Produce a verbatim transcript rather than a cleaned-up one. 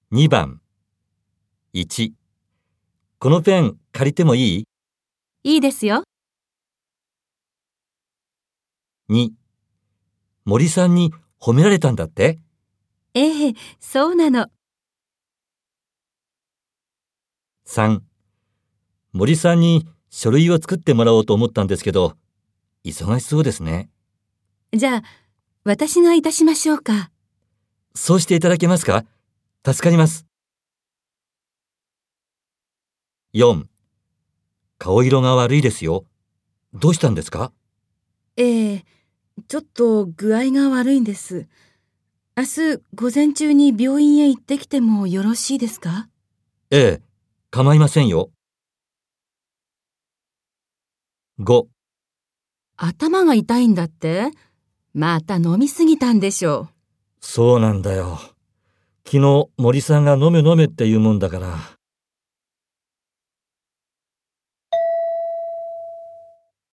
にばん。いち、このペン借りてもいい？ いいですよ。 に、森さんに褒められたんだって？ ええ、そうなの。 さん、森さんに書類を作ってもらおうと思ったんですけど、忙しそうですね。 じゃあ、私がいたしましょうか。 そうしていただけますか？助かります。よん、顔色が悪いですよ。どうしたんですか？ ええ、ちょっと具合が悪いんです。明日午前中に病院へ行ってきてもよろしいですか？ ええ、構いませんよ。ご、 頭が痛いんだって？また飲みすぎたんでしょう。 そうなんだよ。昨日森さんが飲め飲めって言うもんだから。